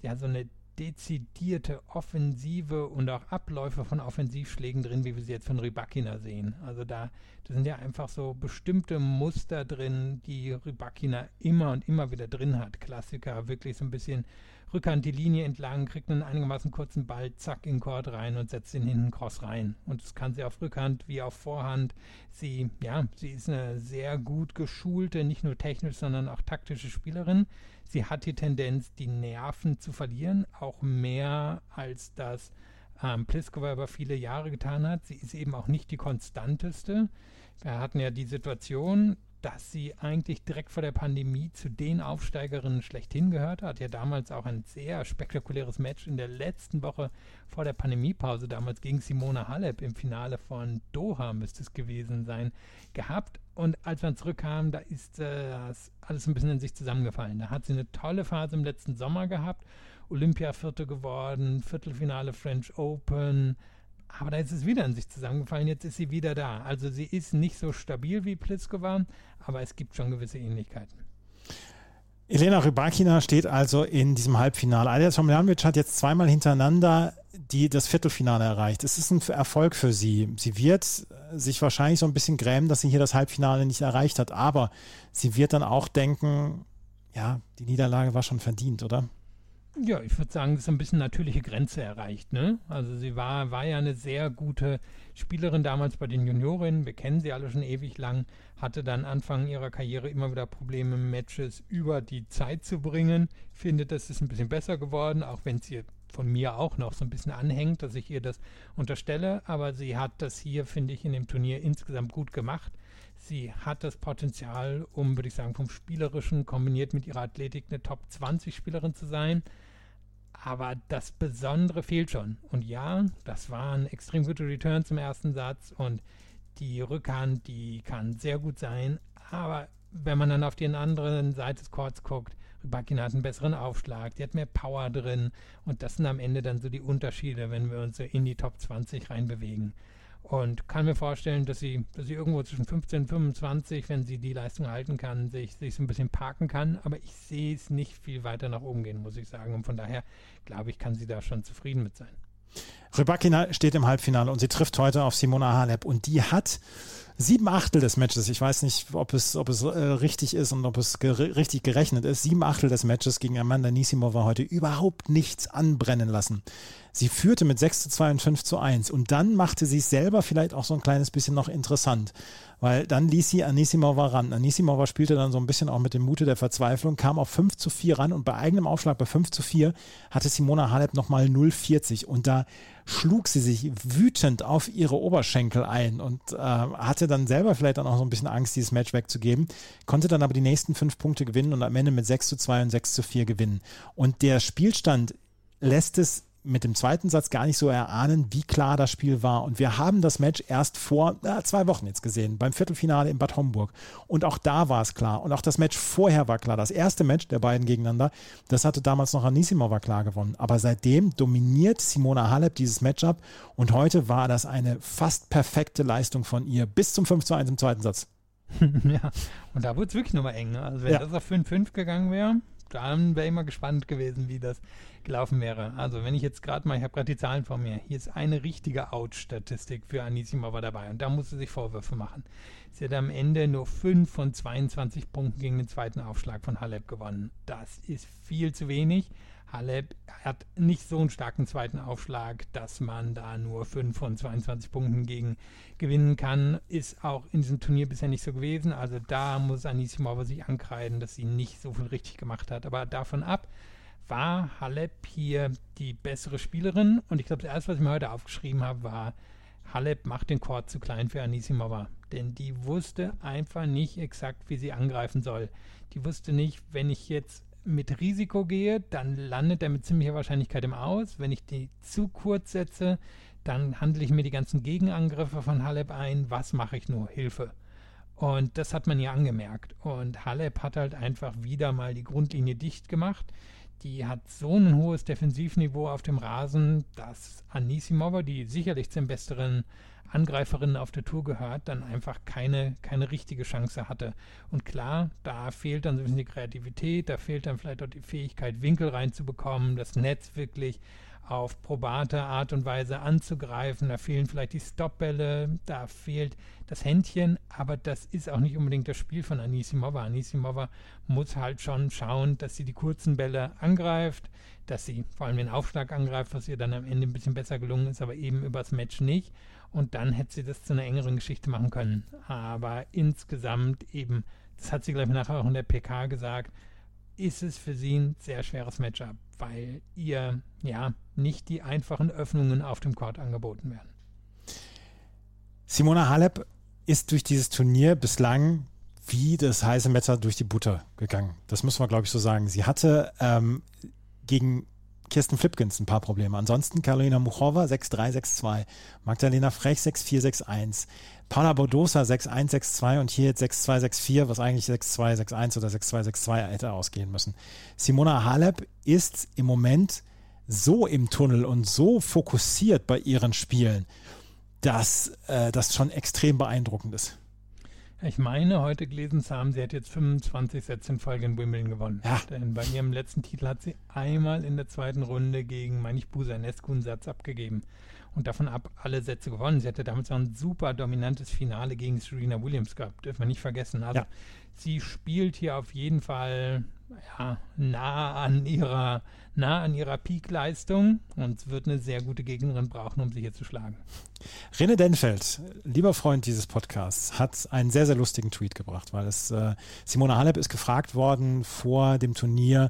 dezidierte Offensive und auch Abläufe von Offensivschlägen drin, wie wir sie jetzt von Rybakina sehen. Also da sind ja einfach so bestimmte Muster drin, die Rybakina immer und immer wieder drin hat. Klassiker, wirklich so ein bisschen Rückhand die Linie entlang, kriegt einen einigermaßen kurzen Ball, zack, in den Court rein und setzt ihn hinten cross rein. Und das kann sie auf Rückhand wie auf Vorhand. Sie ist eine sehr gut geschulte, nicht nur technisch, sondern auch taktische Spielerin. Sie hat die Tendenz, die Nerven zu verlieren, auch mehr als das Pliskova über viele Jahre getan hat. Sie ist eben auch nicht die konstanteste. Wir hatten ja die Situation, dass sie eigentlich direkt vor der Pandemie zu den Aufsteigerinnen schlechthin gehört hat. Ja, damals auch ein sehr spektakuläres Match in der letzten Woche vor der Pandemiepause, damals gegen Simona Halep im Finale von Doha, müsste es gewesen sein, gehabt. Und als man zurückkam, da ist das alles ein bisschen in sich zusammengefallen. Da hat sie eine tolle Phase im letzten Sommer gehabt, Olympia-Vierte geworden, Viertelfinale French Open, aber da ist es wieder in sich zusammengefallen, jetzt ist sie wieder da. Also sie ist nicht so stabil wie Pliskova, aber es gibt schon gewisse Ähnlichkeiten. Elena Rybakina steht also in diesem Halbfinale. Ajla Tomljanovic hat jetzt zweimal hintereinander das Viertelfinale erreicht. Es ist ein Erfolg für sie. Sie wird sich wahrscheinlich so ein bisschen grämen, dass sie hier das Halbfinale nicht erreicht hat, aber sie wird dann auch denken, ja, die Niederlage war schon verdient, oder? Ja, ich würde sagen, das ist ein bisschen natürliche Grenze erreicht, ne? Also sie war ja eine sehr gute Spielerin damals bei den Juniorinnen, wir kennen sie alle schon ewig lang, hatte dann Anfang ihrer Karriere immer wieder Probleme, Matches über die Zeit zu bringen. Finde, das ist ein bisschen besser geworden, auch wenn es ihr von mir auch noch so ein bisschen anhängt, dass ich ihr das unterstelle, aber sie hat das hier, finde ich, in dem Turnier insgesamt gut gemacht. Sie hat das Potenzial, um, würde ich sagen, vom Spielerischen kombiniert mit ihrer Athletik eine Top-20-Spielerin zu sein. Aber das Besondere fehlt schon. Und ja, das war ein extrem guter Return zum ersten Satz und die Rückhand, die kann sehr gut sein. Aber wenn man dann auf die andere Seite des Courts guckt, Rybakina hat einen besseren Aufschlag, die hat mehr Power drin und das sind am Ende dann so die Unterschiede, wenn wir uns so in die Top 20 reinbewegen. Und kann mir vorstellen, dass sie irgendwo zwischen 15 und 25, wenn sie die Leistung halten kann, sich so ein bisschen parken kann. Aber ich sehe es nicht viel weiter nach oben gehen, muss ich sagen. Und von daher, glaube ich, kann sie da schon zufrieden mit sein. Rybakina steht im Halbfinale und sie trifft heute auf Simona Halep. Und die hat 7/8 des Matches, ich weiß nicht, ob es richtig ist und ob es richtig gerechnet ist, 7/8 des Matches gegen Amanda Anisimova heute überhaupt nichts anbrennen lassen. Sie führte mit 6:2 und 5:1 und dann machte sie es selber vielleicht auch so ein kleines bisschen noch interessant, weil dann ließ sie Anisimova ran. Anisimova spielte dann so ein bisschen auch mit dem Mute der Verzweiflung, kam auf 5:4 ran und bei eigenem Aufschlag bei 5:4 hatte Simona Halep nochmal 0,40 und da schlug sie sich wütend auf ihre Oberschenkel ein und hatte dann selber vielleicht dann auch so ein bisschen Angst, dieses Match wegzugeben, konnte dann aber die nächsten 5 Punkte gewinnen und am Ende mit 6:2 und 6:4 gewinnen. Und der Spielstand lässt es mit dem zweiten Satz gar nicht so erahnen, wie klar das Spiel war. Und wir haben das Match erst vor 2 Wochen jetzt gesehen, beim Viertelfinale in Bad Homburg. Und auch da war es klar. Und auch das Match vorher war klar. Das erste Match der beiden gegeneinander, das hatte damals noch Anisimova klar gewonnen. Aber seitdem dominiert Simona Halep dieses Matchup. Und heute war das eine fast perfekte Leistung von ihr bis zum 5:1 im zweiten Satz. Ja, und da wurde es wirklich nochmal eng. Ne? Also wenn das auf 5:5 gegangen wäre, dann wäre ich mal gespannt gewesen, wie das gelaufen wäre. Also wenn ich jetzt gerade mal, ich habe gerade die Zahlen vor mir, hier ist eine richtige Out-Statistik für Anisimova dabei und da muss sie sich Vorwürfe machen. Sie hat am Ende nur 5 von 22 Punkten gegen den zweiten Aufschlag von Halep gewonnen. Das ist viel zu wenig. Halep hat nicht so einen starken zweiten Aufschlag, dass man da nur 5 von 22 Punkten gegen gewinnen kann. Ist auch in diesem Turnier bisher nicht so gewesen. Also da muss Anisimova sich ankreiden, dass sie nicht so viel richtig gemacht hat. Aber davon ab war Halep hier die bessere Spielerin. Und ich glaube, das erste, was ich mir heute aufgeschrieben habe, war, Halep macht den Court zu klein für Anisimova. Denn die wusste einfach nicht exakt, wie sie angreifen soll. Die wusste nicht, wenn ich jetzt mit Risiko gehe, dann landet er mit ziemlicher Wahrscheinlichkeit im Aus. Wenn ich die zu kurz setze, dann handle ich mir die ganzen Gegenangriffe von Halep ein. Was mache ich nur? Hilfe. Und das hat man ja angemerkt. Und Halep hat halt einfach wieder mal die Grundlinie dicht gemacht. Die hat so ein hohes Defensivniveau auf dem Rasen, dass Anisimova, die sicherlich zum besseren Angreiferinnen auf der Tour gehört, dann einfach keine richtige Chance hatte. Und klar, da fehlt dann so ein bisschen die Kreativität, da fehlt dann vielleicht auch die Fähigkeit, Winkel reinzubekommen, das Netz wirklich auf probate Art und Weise anzugreifen, da fehlen vielleicht die Stopbälle, da fehlt das Händchen, aber das ist auch nicht unbedingt das Spiel von Anisimova. Anisimova muss halt schon schauen, dass sie die kurzen Bälle angreift, dass sie vor allem den Aufschlag angreift, was ihr dann am Ende ein bisschen besser gelungen ist, aber eben übers Match nicht. Und dann hätte sie das zu einer engeren Geschichte machen können. Aber insgesamt eben, das hat sie, glaube ich, nachher auch in der PK gesagt, ist es für sie ein sehr schweres Matchup, weil ihr ja nicht die einfachen Öffnungen auf dem Court angeboten werden. Simona Halep ist durch dieses Turnier bislang wie das heiße Messer durch die Butter gegangen. Das müssen wir, glaube ich, so sagen. Sie hatte gegen Kirsten Flipkens ein paar Probleme. Ansonsten Karolina Muchova 6-3, 6-2, Magdalena Frech 6-4, 6-1, Paula Badosa 6-1, 6-2 und hier jetzt 6-2, 6-4, was eigentlich 6-2, 6-1 oder 6-2, 6-2 hätte ausgehen müssen. Simona Halep ist im Moment so im Tunnel und so fokussiert bei ihren Spielen, dass das schon extrem beeindruckend ist. Ich meine, heute gelesen zu haben, sie hat jetzt 25 Sätze in Folge in Wimbledon gewonnen. Ja. Denn bei ihrem letzten Titel hat sie einmal in der zweiten Runde gegen, meine ich, Busanescu einen Satz abgegeben. Und davon ab alle Sätze gewonnen. Sie hatte damals auch ein super dominantes Finale gegen Serena Williams gehabt. Dürfen wir nicht vergessen. Also sie spielt hier auf jeden Fall nah an ihrer Peak-Leistung und es wird eine sehr gute Gegnerin brauchen, um sie hier zu schlagen. René Denfeld, lieber Freund dieses Podcasts, hat einen sehr, sehr lustigen Tweet gebracht, weil Simona Halep ist gefragt worden vor dem Turnier,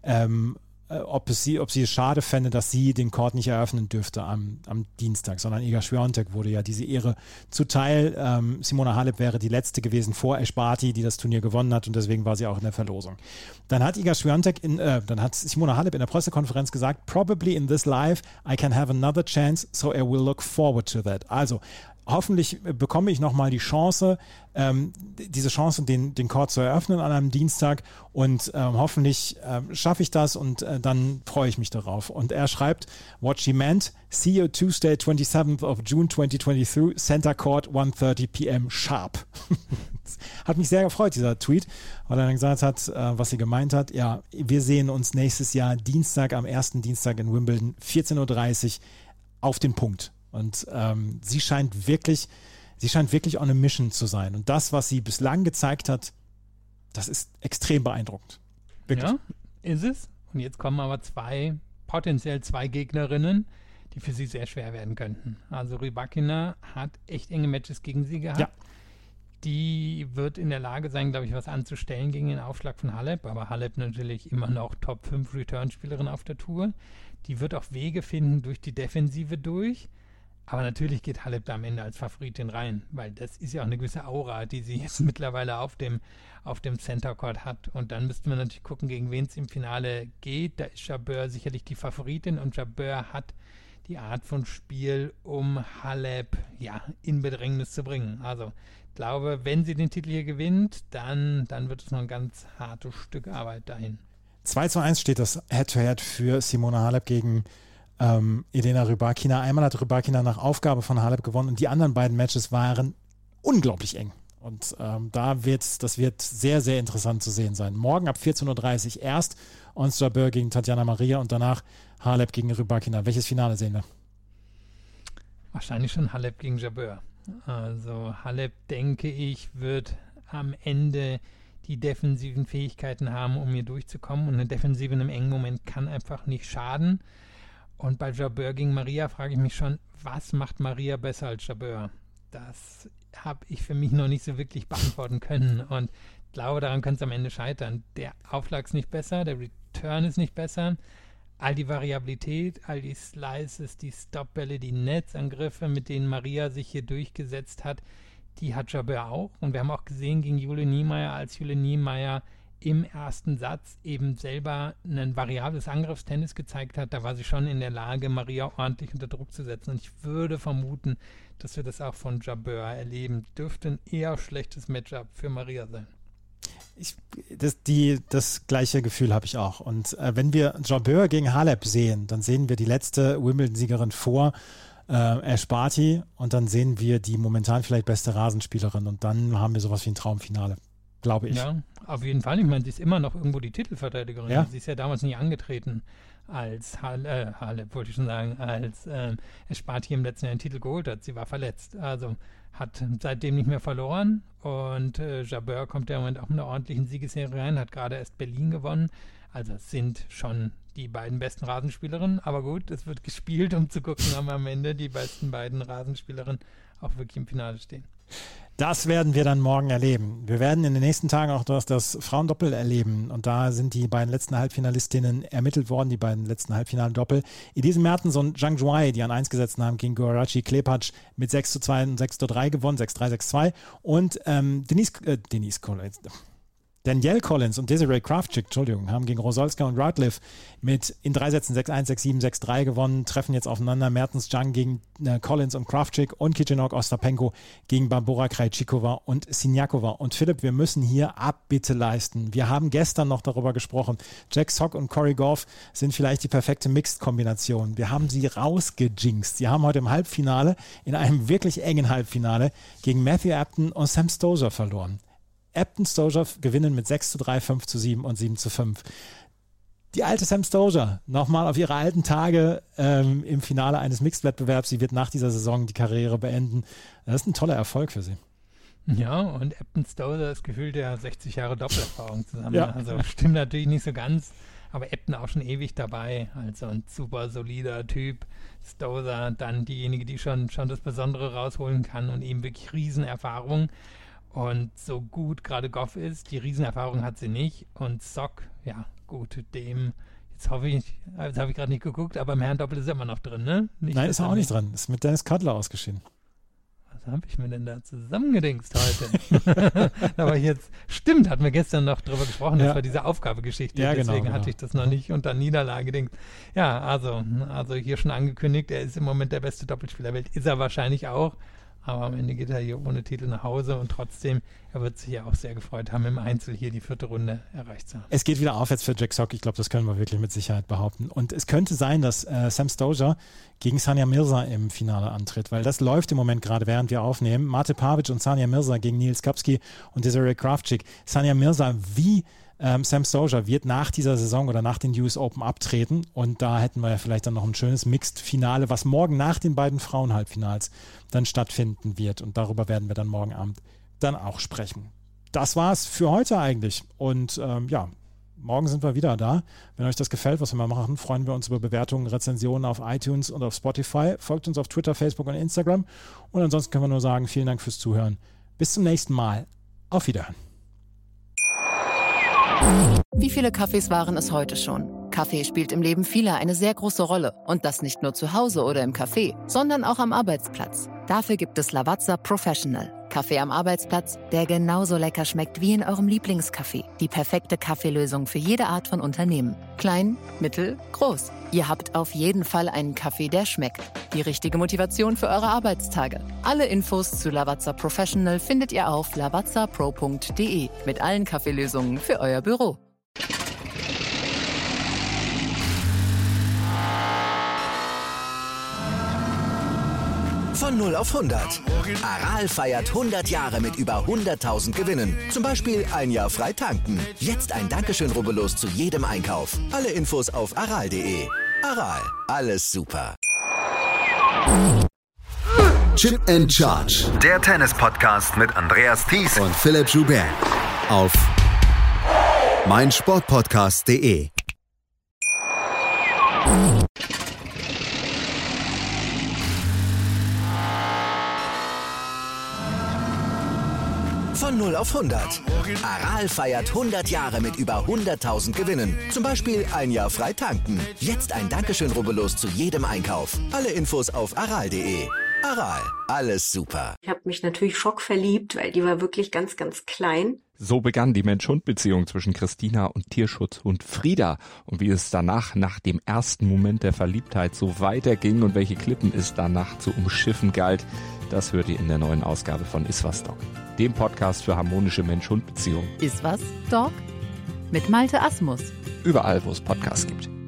ob sie es schade fände, dass sie den Court nicht eröffnen dürfte am Dienstag, sondern Iga Swiatek wurde ja diese Ehre zuteil. Simona Halep wäre die letzte gewesen vor Esparti, die das Turnier gewonnen hat und deswegen war sie auch in der Verlosung. Dann hat Simona Halep in der Pressekonferenz gesagt, probably in this life I can have another chance, so I will look forward to that. Also hoffentlich bekomme ich nochmal die Chance, diese Chance, den Court zu eröffnen an einem Dienstag und hoffentlich schaffe ich das und dann freue ich mich darauf. Und er schreibt, what she meant, see you Tuesday, 27th of June 2023, Center Court, 1:30 p.m. sharp. Hat mich sehr gefreut, dieser Tweet, weil er dann gesagt hat, was sie gemeint hat. Ja, wir sehen uns nächstes Jahr Dienstag, am ersten Dienstag in Wimbledon, 14:30 Uhr auf den Punkt. Und sie scheint wirklich on a mission zu sein. Und das, was sie bislang gezeigt hat, das ist extrem beeindruckend. Wirklich. Ja, ist es. Und jetzt kommen aber potenziell zwei Gegnerinnen, die für sie sehr schwer werden könnten. Also Rybakina hat echt enge Matches gegen sie gehabt. Ja. Die wird in der Lage sein, glaube ich, was anzustellen gegen den Aufschlag von Halep. Aber Halep natürlich immer noch Top 5 Return-Spielerin auf der Tour. Die wird auch Wege finden durch die Defensive durch. Aber natürlich geht Halep da am Ende als Favoritin rein, weil das ist ja auch eine gewisse Aura, die sie jetzt mittlerweile auf dem Center Court hat. Und dann müssten wir natürlich gucken, gegen wen es im Finale geht. Da ist Jabeur sicherlich die Favoritin und Jabeur hat die Art von Spiel, um Halep in Bedrängnis zu bringen. Also ich glaube, wenn sie den Titel hier gewinnt, dann wird es noch ein ganz hartes Stück Arbeit dahin. 2:1 steht das Head-to-Head für Simona Halep gegen Elena Rybakina. Einmal hat Rybakina nach Aufgabe von Halep gewonnen und die anderen beiden Matches waren unglaublich eng. Und das wird sehr, sehr interessant zu sehen sein. Morgen ab 14:30 Uhr erst Ons Jabeur gegen Tatjana Maria und danach Halep gegen Rybakina. Welches Finale sehen wir? Wahrscheinlich schon Halep gegen Jabeur. Also Halep, denke ich, wird am Ende die defensiven Fähigkeiten haben, um hier durchzukommen. Und eine Defensive in einem engen Moment kann einfach nicht schaden. Und bei Jabeur gegen Maria frage ich mich schon, was macht Maria besser als Jabeur? Das habe ich für mich noch nicht so wirklich beantworten können und glaube, daran könnte es am Ende scheitern. Der Aufschlag ist nicht besser, der Return ist nicht besser. All die Variabilität, all die Slices, die Stopbälle, die Netzangriffe, mit denen Maria sich hier durchgesetzt hat, die hat Jabeur auch. Und wir haben auch gesehen gegen Jule Niemeyer, als Jule Niemeyer im ersten Satz eben selber ein variables Angriffstennis gezeigt hat, da war sie schon in der Lage, Maria ordentlich unter Druck zu setzen. Und ich würde vermuten, dass wir das auch von Jabeur erleben. Dürfte ein eher schlechtes Matchup für Maria sein. Das gleiche Gefühl habe ich auch. Und wenn wir Jabeur gegen Halep sehen, dann sehen wir die letzte Wimbledon-Siegerin vor Ash Barty und dann sehen wir die momentan vielleicht beste Rasenspielerin und dann haben wir sowas wie ein Traumfinale. Glaube ich. Ja, auf jeden Fall. Ich meine, sie ist immer noch irgendwo die Titelverteidigerin. Ja. Sie ist ja damals nicht angetreten als Halep, wollte ich schon sagen, als Esparti im letzten Jahr den Titel geholt hat. Sie war verletzt. Also hat seitdem nicht mehr verloren und Jabeur kommt ja im Moment auch mit einer ordentlichen Siegesserie rein, hat gerade erst Berlin gewonnen. Also es sind schon die beiden besten Rasenspielerinnen. Aber gut, es wird gespielt, um zu gucken, ob am Ende die besten beiden Rasenspielerinnen auch wirklich im Finale stehen. Das werden wir dann morgen erleben. Wir werden in den nächsten Tagen auch das Frauendoppel erleben. Und da sind die beiden letzten Halbfinalistinnen ermittelt worden, die beiden letzten Halbfinaldoppel. Elise Mertens und Zhang Zhuai, die an 1 gesetzt haben gegen Guaraci Klepac mit 6:2 und 6:3 gewonnen, 6:3, 6:2. Und Danielle Collins und Desiree Kraftschick, haben gegen Rosolska und Radcliffe in 3 Sätzen 6:1, 6:7, 6:3 gewonnen, treffen jetzt aufeinander. Mertens Zhang gegen Collins und Kraftschick und Kichenok Ostapenko gegen Barbora Krejcikova und Siniakova. Und Philipp, wir müssen hier Abbitte leisten. Wir haben gestern noch darüber gesprochen. Jack Sock und Corey Goff sind vielleicht die perfekte Mixed-Kombination. Wir haben sie rausgejinxt. Sie haben heute im Halbfinale, in einem wirklich engen Halbfinale, gegen Matthew Apton und Sam Stosur verloren. Apton Stosur gewinnen mit 6:3, 5:7 und 7:5. Die alte Sam Stosur nochmal auf ihre alten Tage im Finale eines Mixed-Wettbewerbs. Sie wird nach dieser Saison die Karriere beenden. Das ist ein toller Erfolg für sie. Ja, und Apton Stosur ist gefühlt ja 60 Jahre Doppelerfahrung zusammen. Ja. Also stimmt natürlich nicht so ganz, aber Apton auch schon ewig dabei. Also ein super solider Typ. Stosur dann diejenige, die schon das Besondere rausholen kann und eben wirklich Riesenerfahrung. Und so gut gerade Goff ist, die Riesenerfahrung hat sie nicht. Und Sock, ja gut, jetzt habe ich gerade nicht geguckt, aber im Herrendoppel ist er immer noch drin, ne? Nein, ist er auch nicht drin. Ist mit Dennis Cutler ausgeschieden. Was habe ich mir denn da zusammengedingst heute? Aber jetzt, stimmt, hatten wir gestern noch drüber gesprochen, das war diese Aufgabegeschichte. Ja, deswegen genau. hatte ich das noch nicht unter Niederlage gedingst. Ja, also hier schon angekündigt, er ist im Moment der beste Doppelspieler der Welt, ist er wahrscheinlich auch. Aber am Ende geht er hier ohne Titel nach Hause und trotzdem, er wird sich ja auch sehr gefreut haben, im Einzel hier die 4. Runde erreicht zu haben. Es geht wieder aufwärts für Jack Sock, ich glaube, das können wir wirklich mit Sicherheit behaupten. Und es könnte sein, dass Sam Stosur gegen Sania Mirza im Finale antritt, weil das läuft im Moment gerade, während wir aufnehmen. Mate Pavic und Sania Mirza gegen Nils Kapski und Desiree Kravchik. Sania Mirza wie Sam Stosur wird nach dieser Saison oder nach den US Open abtreten und da hätten wir ja vielleicht dann noch ein schönes Mixed-Finale, was morgen nach den beiden Frauen-Halbfinals dann stattfinden wird und darüber werden wir dann morgen Abend dann auch sprechen. Das war's für heute eigentlich und morgen sind wir wieder da. Wenn euch das gefällt, was wir mal machen, freuen wir uns über Bewertungen, Rezensionen auf iTunes und auf Spotify. Folgt uns auf Twitter, Facebook und Instagram und ansonsten können wir nur sagen, vielen Dank fürs Zuhören. Bis zum nächsten Mal. Auf Wiederhören. Wie viele Kaffees waren es heute schon? Kaffee spielt im Leben vieler eine sehr große Rolle. Und das nicht nur zu Hause oder im Café, sondern auch am Arbeitsplatz. Dafür gibt es Lavazza Professional. Kaffee am Arbeitsplatz, der genauso lecker schmeckt wie in eurem Lieblingscafé. Die perfekte Kaffeelösung für jede Art von Unternehmen. Klein, mittel, groß. Ihr habt auf jeden Fall einen Kaffee, der schmeckt. Die richtige Motivation für eure Arbeitstage. Alle Infos zu Lavazza Professional findet ihr auf lavazzapro.de mit allen Kaffeelösungen für euer Büro. Von 0 auf 100. Aral feiert 100 Jahre mit über 100.000 Gewinnen. Zum Beispiel ein Jahr frei tanken. Jetzt ein Dankeschön, rubbellos zu jedem Einkauf. Alle Infos auf aral.de. Aral, alles super. Chip and Charge. Der Tennis-Podcast mit Andreas Thies und Philipp Joubert. Auf meinsportpodcast.de. Von 0 auf 100. Aral feiert 100 Jahre mit über 100.000 Gewinnen. Zum Beispiel ein Jahr frei tanken. Jetzt ein Dankeschön, rubbellos zu jedem Einkauf. Alle Infos auf aral.de. Aral, alles super. Ich habe mich natürlich schockverliebt, weil die war wirklich ganz, ganz klein. So begann die Mensch-Hund-Beziehung zwischen Christina und Tierschutzhund Frieda. Und wie es danach, nach dem ersten Moment der Verliebtheit, so weiterging und welche Klippen es danach zu umschiffen galt, das hört ihr in der neuen Ausgabe von Iswas Dog, dem Podcast für harmonische Mensch-Hund-Beziehungen. Iswas Dog? Mit Malte Asmus. Überall, wo es Podcasts gibt.